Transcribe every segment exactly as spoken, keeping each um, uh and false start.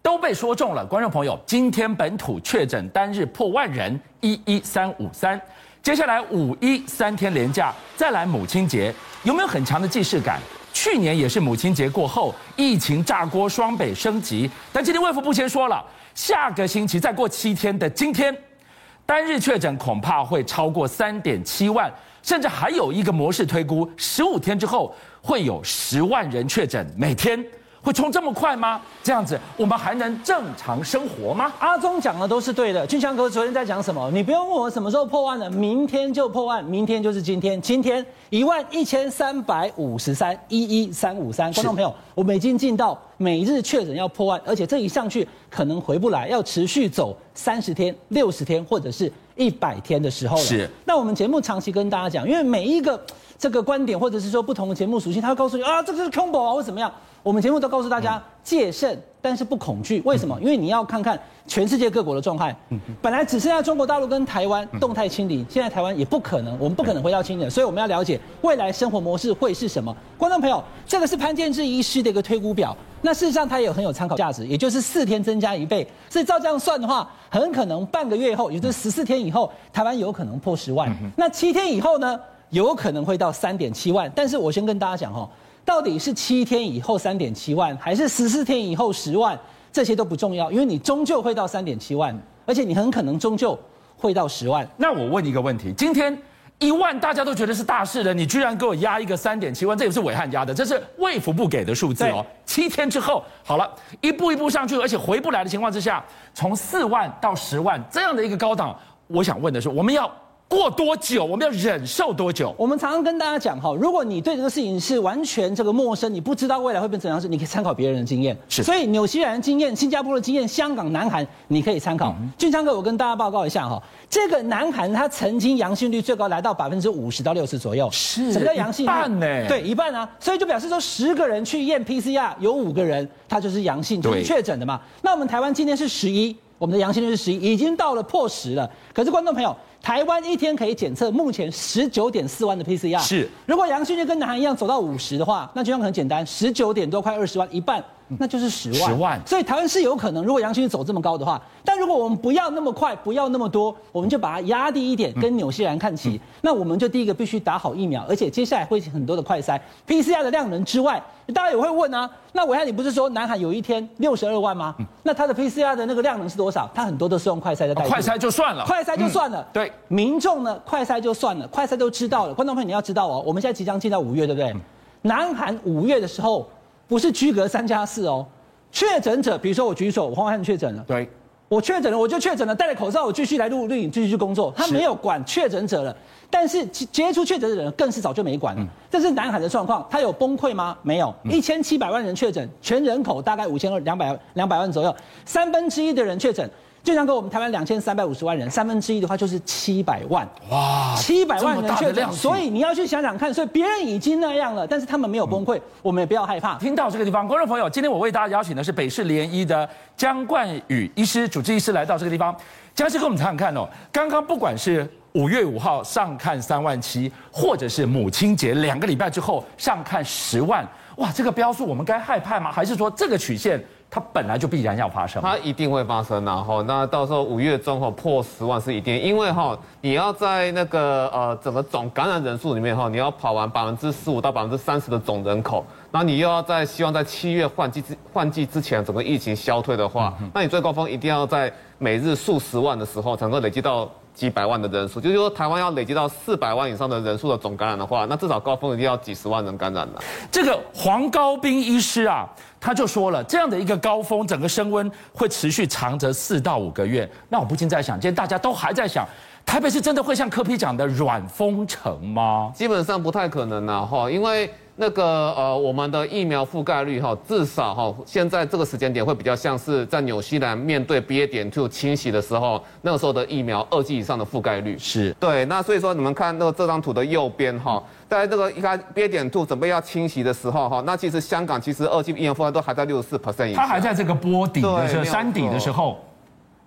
都被说中了。观众朋友，今天本土确诊单日破万人，一一三五三。接下来五一三天连假，再来母亲节，有没有很强的既视感？去年也是母亲节过后，疫情炸锅，双北升级。但今天卫福部先说了，下个星期再过七天的今天，单日确诊恐怕会超过三点七万，甚至还有一个模式推估，十五天之后会有十万人确诊，每天。会冲这么快吗？这样子我们还能正常生活吗？ 阿中讲的都是对的。俊祥哥昨天在讲什么？你不用问我什么时候破万了，明天就破万，明天就是今天。今天一万一千三百五十三，一一三五三。观众朋友，我们已经进到每日确诊要破万，而且这一上去可能回不来，要持续走三十天、六十天或者是一百天的时候了。 是。 那我们节目长期跟大家讲，因为每一个这个观点或者是说不同的节目属性，他会告诉你啊，这个是 combo 啊，或怎么样。我们节目都告诉大家戒慎，但是不恐惧。为什么？因为你要看看全世界各国的状态。本来只剩下中国大陆跟台湾动态清零，现在台湾也不可能，我们不可能回到清零，所以我们要了解未来生活模式会是什么。观众朋友，这个是潘建志医师的一个推估表，那事实上它也有很有参考价值，也就是四天增加一倍，所以照这样算的话，很可能半个月以后，也就是十四天以后，台湾有可能破十万。那七天以后呢，有可能会到三点七万。但是我先跟大家讲哈。到底是七天以后三点七万，还是十四天以后十万？这些都不重要，因为你终究会到三点七万，而且你很可能终究会到十万。 那我问一个问题：今天一万大家都觉得是大事的，你居然给我压一个三点七万，这也是暐瀚压的，这是卫福部给的数字哦。七天之后，好了，一步一步上去，而且回不来的情况之下，从四万到十万这样的一个高档，我想问的是，我们要过多久？我们要忍受多久？ 我们常常跟大家讲哈，如果你对这个事情是完全这个陌生，你不知道未来会变成怎样事，你可以参考别人的经验。 是， 所以纽西兰的经验、新加坡的经验、香港、南韩，你可以参考。嗯、俊昌哥，我跟大家报告一下哈，这个南韩它曾经阳性率最高来到百分之五十到六十左右， 是， 什么叫阳性率？ 一半呢？ 对，一半啊，所以就表示说十个人去验 P C R， 有五个人他就是阳性，就是确诊的嘛。那我们台湾今天是十一。我们的阳性率是十一，已经到了破十了。可是观众朋友，台湾一天可以检测目前十九点四万的 P C R。 是， 如果阳性率跟南韩一样走到五十的话，那就像很简单，十九点多快二十万，一半。那就是十万， 十万， 所以台湾是有可能，如果阳性率走这么高的话，但如果我们不要那么快，不要那么多，我们就把它压低一点，跟纽西兰看齐。嗯、那我们就第一个必须打好疫苗，而且接下来会很多的快筛 P C R 的量能之外，大家也会问啊，那暐瀚你不是说南韩有一天六十二万吗？嗯、那它的 P C R 的那个量能是多少？它很多都是用快筛的代替、哦， 快筛就算了， 快筛就算了。 嗯、对， 民众呢，快筛就算了，快筛都知道了。观众朋友你要知道哦，我们现在即将进到五月，对不对？嗯、南韩五月的时候不是居隔三加四哦。确诊者，比如说我举手，我黄暐瀚确诊了， 对， 我确诊了，我就确诊了，戴着口罩，我继续来录录影，继续去工作，他没有管确诊者了。但是接触确诊的人更是早就没管了。嗯、这是南韩的状况，他有崩溃吗？没有，一千七百万人确诊，全人口大概五千二两百两百万左右，三分之一的人确诊。就像跟我们台湾两千三百五十万人，三分之一的话就是七百万，哇，七百万人确诊，所以你要去想想看，所以别人已经那样了，但是他们没有崩溃，嗯、我们也不要害怕。 听到这个地方，观众朋友，今天我为大家邀请的是北市联医的姜冠宇医师，主治医师来到这个地方。姜医师跟我们谈谈看哦，刚刚不管是五月五号上看三万七，或者是母亲节两个礼拜之后上看十万，哇，这个标数我们该害怕吗？还是说这个曲线？它本来就必然要发生， 它一定会发生然后那到时候五月中哈破十万是一定，因为哈你要在那个呃整个总感染人数里面哈，你要跑完百分之十五到百分之三十的总人口，然后你又要在希望在七月换季之换季之前整个疫情消退的话，嗯、那你最高峰一定要在每日数十万的时候才能够累积到几百万的人数，就是说台湾要累积到四百万以上的人数的总感染的话，那至少高峰一定要几十万人感染了。 这个黄高斌医师啊，他就说了，这样的一个高峰，整个升温会持续长则四到五个月。那我不禁在想，今天大家都还在想，台北市真的会像柯 P 讲的软封城吗？ 基本上不太可能啦，哈，因为那个呃，我们的疫苗覆盖率哈，至少哈，现在这个时间点会比较像是在纽西兰面对 B A 点二 侵袭的时候，那个时候的疫苗二剂以上的覆盖率是对。那所以说，你们看那个这张图的右边哈，在这个一开 B A 点二 准备要侵袭的时候哈，那其实香港其实二剂疫苗覆盖都还在六十四 percent 以上， 它还在这个波底的时候，山底的时候。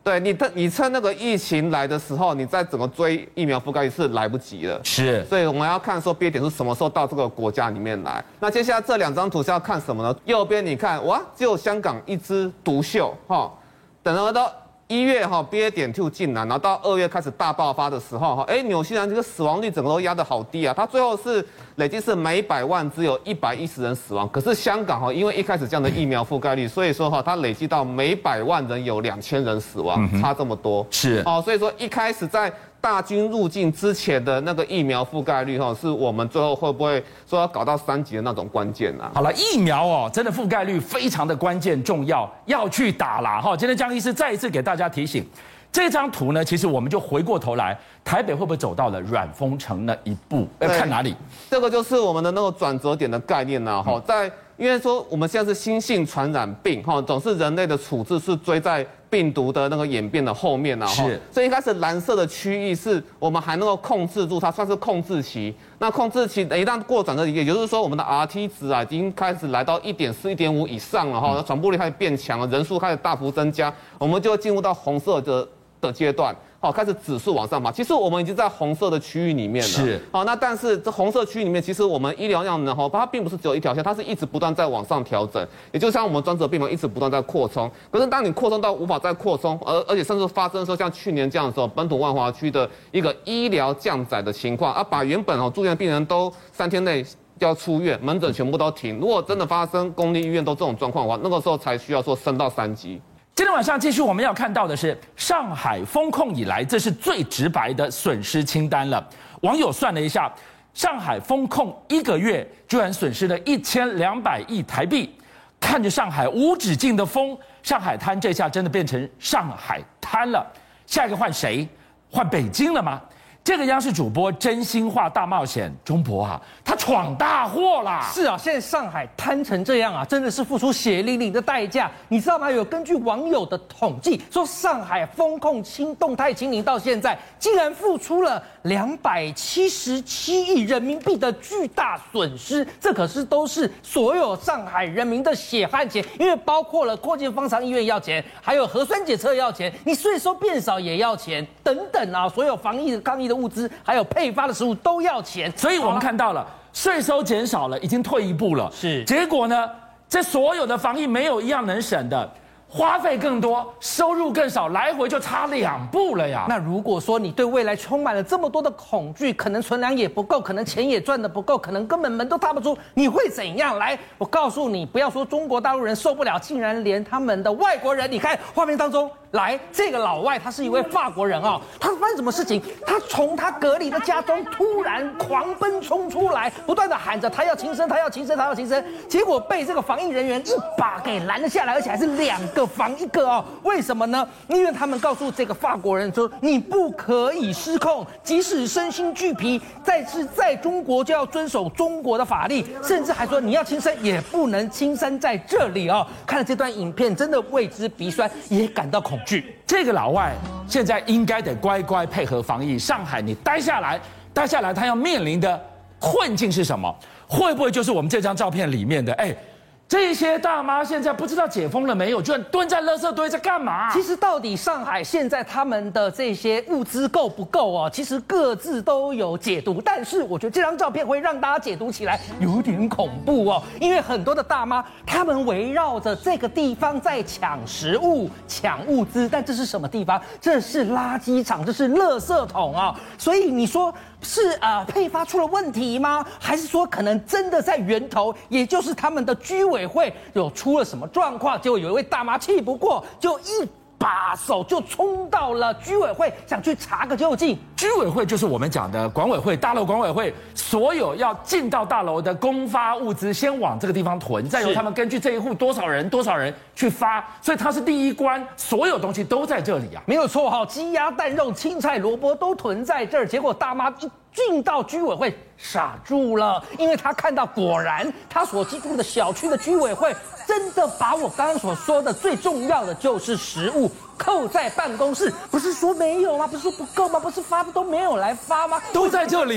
对你，你趁那个疫情来的时候，你在整个追疫苗覆盖率是来不及了。 是， 所以我们要看说 B A 点数什么时候到这个国家里面来。那接下来这两张图是要看什么呢？右边你看，哇，只有香港一枝独秀哈，等到到一月哈 B A 点二进来，然后到二月开始大爆发的时候哈，哎，纽西兰这个死亡率整个都压得好低啊，它最后是累计是每百万只有一百一十人死亡。可是香港哈，因为一开始这样的疫苗覆盖率，所以说哈，它累计到每百万人有两千人死亡，差这么多。 是哦，所以说一开始在大军入境之前的那个疫苗覆盖率哈，是我们最后会不会说要搞到三级的那种关键啊？ 好了，疫苗哦，真的覆盖率非常的关键重要，要去打啦哈。今天江医师再一次给大家提醒，这张图呢，其实我们就回过头来，台北会不会走到了软封城那一步？要看哪里？ 这个就是我们的那个转折点的概念呐哈，在因为说我们现在是新性传染病哈，总是人类的处置是追在病毒的那个演变的后面呐哈，所以一开始蓝色的区域是我们还能够控制住它，算是控制期。那控制期一旦过转折，也就是说我们的 R T 值啊已经开始来到一点四、一点五以上了哈，传播力开始变强了，人数开始大幅增加，我们就会进入到红色的的阶段。好，开始指数往上爬。其实我们已经在红色的区域里面了。 是。 好，那但是这红色区域里面，其实我们医疗量能哈，它并不是只有一条线，它是一直不断在往上调整。也就像我们专责病房一直不断在扩充。可是当你扩充到无法再扩充，而而且甚至发生说像去年这样的时候，本土万华区的一个医疗降载的情况，而把原本哦住院的病人都三天内要出院，门诊全部都停。如果真的发生公立医院都这种状况的话，那个时候才需要说升到三级。 今天晚上继续我们要看到的是上海封控以来，这是最直白的损失清单了。网友算了一下，上海封控一个月居然损失了一千两百亿台币。看着上海无止境的封，上海滩这下真的变成上海滩了。下一个换谁？换北京了吗？这个央视主播真心话大冒险钟博啊，他闯大祸啦！ 是啊，现在上海摊成这样啊，真的是付出血淋淋的代价。你知道吗？有根据网友的统计说，上海封控清动态清零到现在，竟然付出了两百七十七亿人民币的巨大损失。这可是都是所有上海人民的血汗钱，因为包括了扩建方舱医院要钱，还有核酸检测要钱，你税收变少也要钱，等等啊，所有防疫抗疫的物资还有配发的食物都要钱， 所以我们看到了税收减少了，已经退一步了。 是， 结果呢，这所有的防疫没有一样能省的，花费更多，收入更少，来回就差两步了呀。 那如果说你对未来充满了这么多的恐惧，可能存粮也不够，可能钱也赚得不够，可能根本门都踏不出，你会怎样？来，我告诉你，不要说中国大陆人受不了，竟然连他们的外国人，你看画面当中。来，这个老外他是一位法国人哦，他发生什么事情？他从他隔离的家中突然狂奔冲出来，不断的喊着他要轻生，他要轻生，他要轻生，结果被这个防疫人员一把给拦了下来，而且还是两个防一个哦。为什么呢？因为他们告诉这个法国人说，你不可以失控，即使身心俱疲，但是在中国就要遵守中国的法律，甚至还说你要轻生也不能轻生在这里哦。看了这段影片，真的为之鼻酸，也感到恐惧。 这个老外现在应该得乖乖配合防疫。上海，你待下来，待下来，他要面临的困境是什么？会不会就是我们这张照片里面的？哎，这些大妈现在不知道解封了没有，居然蹲在垃圾堆在干嘛？ 其实到底上海现在他们的这些物资够不够哦？其实各自都有解读，但是我觉得这张照片会让大家解读起来有点恐怖哦，因为很多的大妈她们围绕着这个地方在抢食物、抢物资，但这是什么地方？这是垃圾场，这是垃圾桶啊、哦！所以你说。是啊、呃，配发出了问题吗？还是说可能真的在源头，也就是他们的居委会有出了什么状况？结果有一位大妈气不过，就一把手就冲到了居委会，想去查个究竟。 居委会就是我们讲的管委会，大楼管委会，所有要进到大楼的公发物资，先往这个地方囤，再由他们根据这一户多少人多少人去发，所以它是第一关，所有东西都在这里啊， 没有错哈，鸡鸭蛋肉、青菜萝卜都囤在这儿。结果大妈一进到居委会傻住了，因为他看到果然他所居住的小区的居委会真的把我刚刚所说的最重要的就是食物扣在办公室，不是说没有吗？不是说不够吗？不是发都没有来发吗？ 都在这里。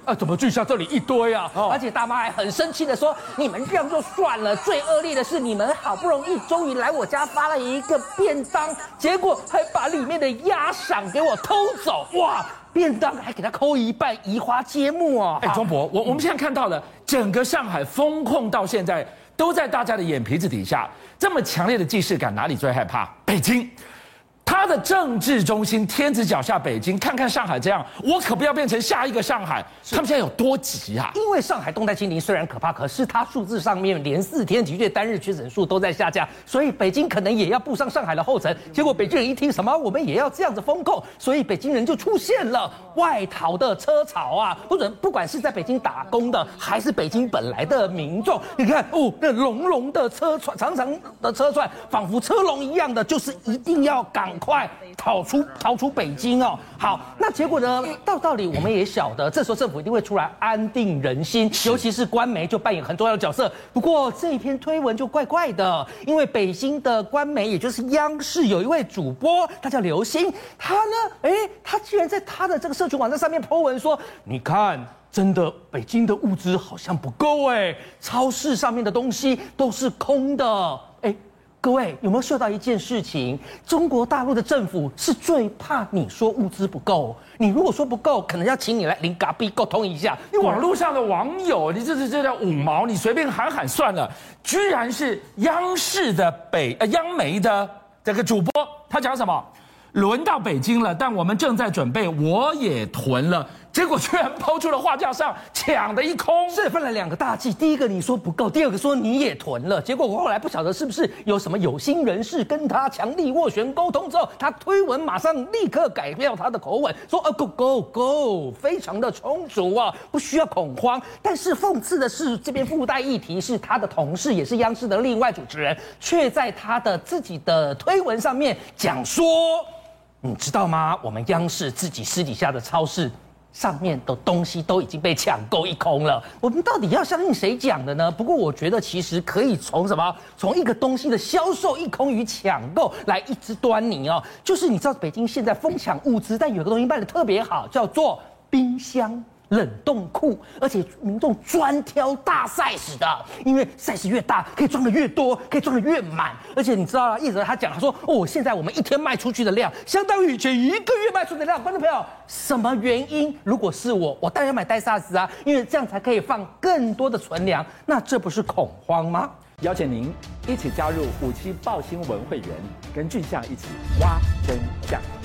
啊，怎么巨虾这里一堆啊？ 哦、而且大妈还很生气的说：“你们这样就算了，最恶劣的是你们好不容易终于来我家发了一个便当，结果还把里面的鸭赏给我偷走，哇！”便当还给他抠一半，移花接木哦！ 哎，钟博，我我们现在看到了整个上海封控到现在都在大家的眼皮子底下，这么强烈的既视感，哪里最害怕？北京。它的政治中心天子脚下，北京，看看上海这样，我可不要变成下一个上海。他们现在有多急啊？ 因为上海动态清零虽然可怕，可是它数字上面连四天的确单日确诊数都在下降，所以北京可能也要步上上海的后尘。结果北京人一听什么，我们也要这样子封控，所以北京人就出现了外逃的车潮啊！或者不管是在北京打工的，还是北京本来的民众，你看哦，那隆隆的车串，长长的车串，仿佛车龙一样的，就是一定要赶快逃出逃出北京哦。好，那结果呢？到道理我们也晓得，这时候政府一定会出来安定人心，尤其是官媒就扮演很重要的角色。不过这一篇推文就怪怪的，因为北京的官媒，也就是央视有一位主播，他叫刘星，他呢，哎，他居然在他的这个社群网站上面 po 文说，你看。真的，北京的物资好像不够哎，超市上面的东西都是空的哎。各位有没有嗅到一件事情？中国大陆的政府是最怕你说物资不够，你如果说不够，可能要请你来零嘎逼沟通一下。 因为网络上的网友，你这是这叫五毛，你随便喊喊算了，居然是央视的北呃央媒的这个主播，他讲什么？轮到北京了，但我们正在准备，我也囤了。结果居然抛出了画架上，抢的一空。 是分了两个大忌，第一个你说不够，第二个说你也囤了。结果我后来不晓得是不是有什么有心人士跟他强力斡旋沟通之后，他推文马上立刻改掉他的口吻，说啊 go go go， 非常的充足啊，不需要恐慌。但是讽刺的是，这边附带议题是他的同事，也是央视的另外主持人，却在他的自己的推文上面讲说。你知道吗？我们央视自己私底下的超市上面的东西都已经被抢购一空了。我们到底要相信谁讲的呢？不过我觉得其实可以从什么，从一个东西的销售一空与抢购来一知端倪哦。就是你知道北京现在疯抢物资，但有个东西卖得特别好，叫做冰箱。冷冻库，而且民众专挑大 size 的，因为 size 越大可以装的越多，可以装的越满。而且你知道业者他讲，他说哦，现在我们一天卖出去的量，相当于以前一个月卖出的量。观众朋友，什么原因？如果是我，我当然要买大 size 啊，因为这样才可以放更多的存粮。那这不是恐慌吗？ 邀请您一起加入五七爆新闻会员，跟俊相一起挖真相。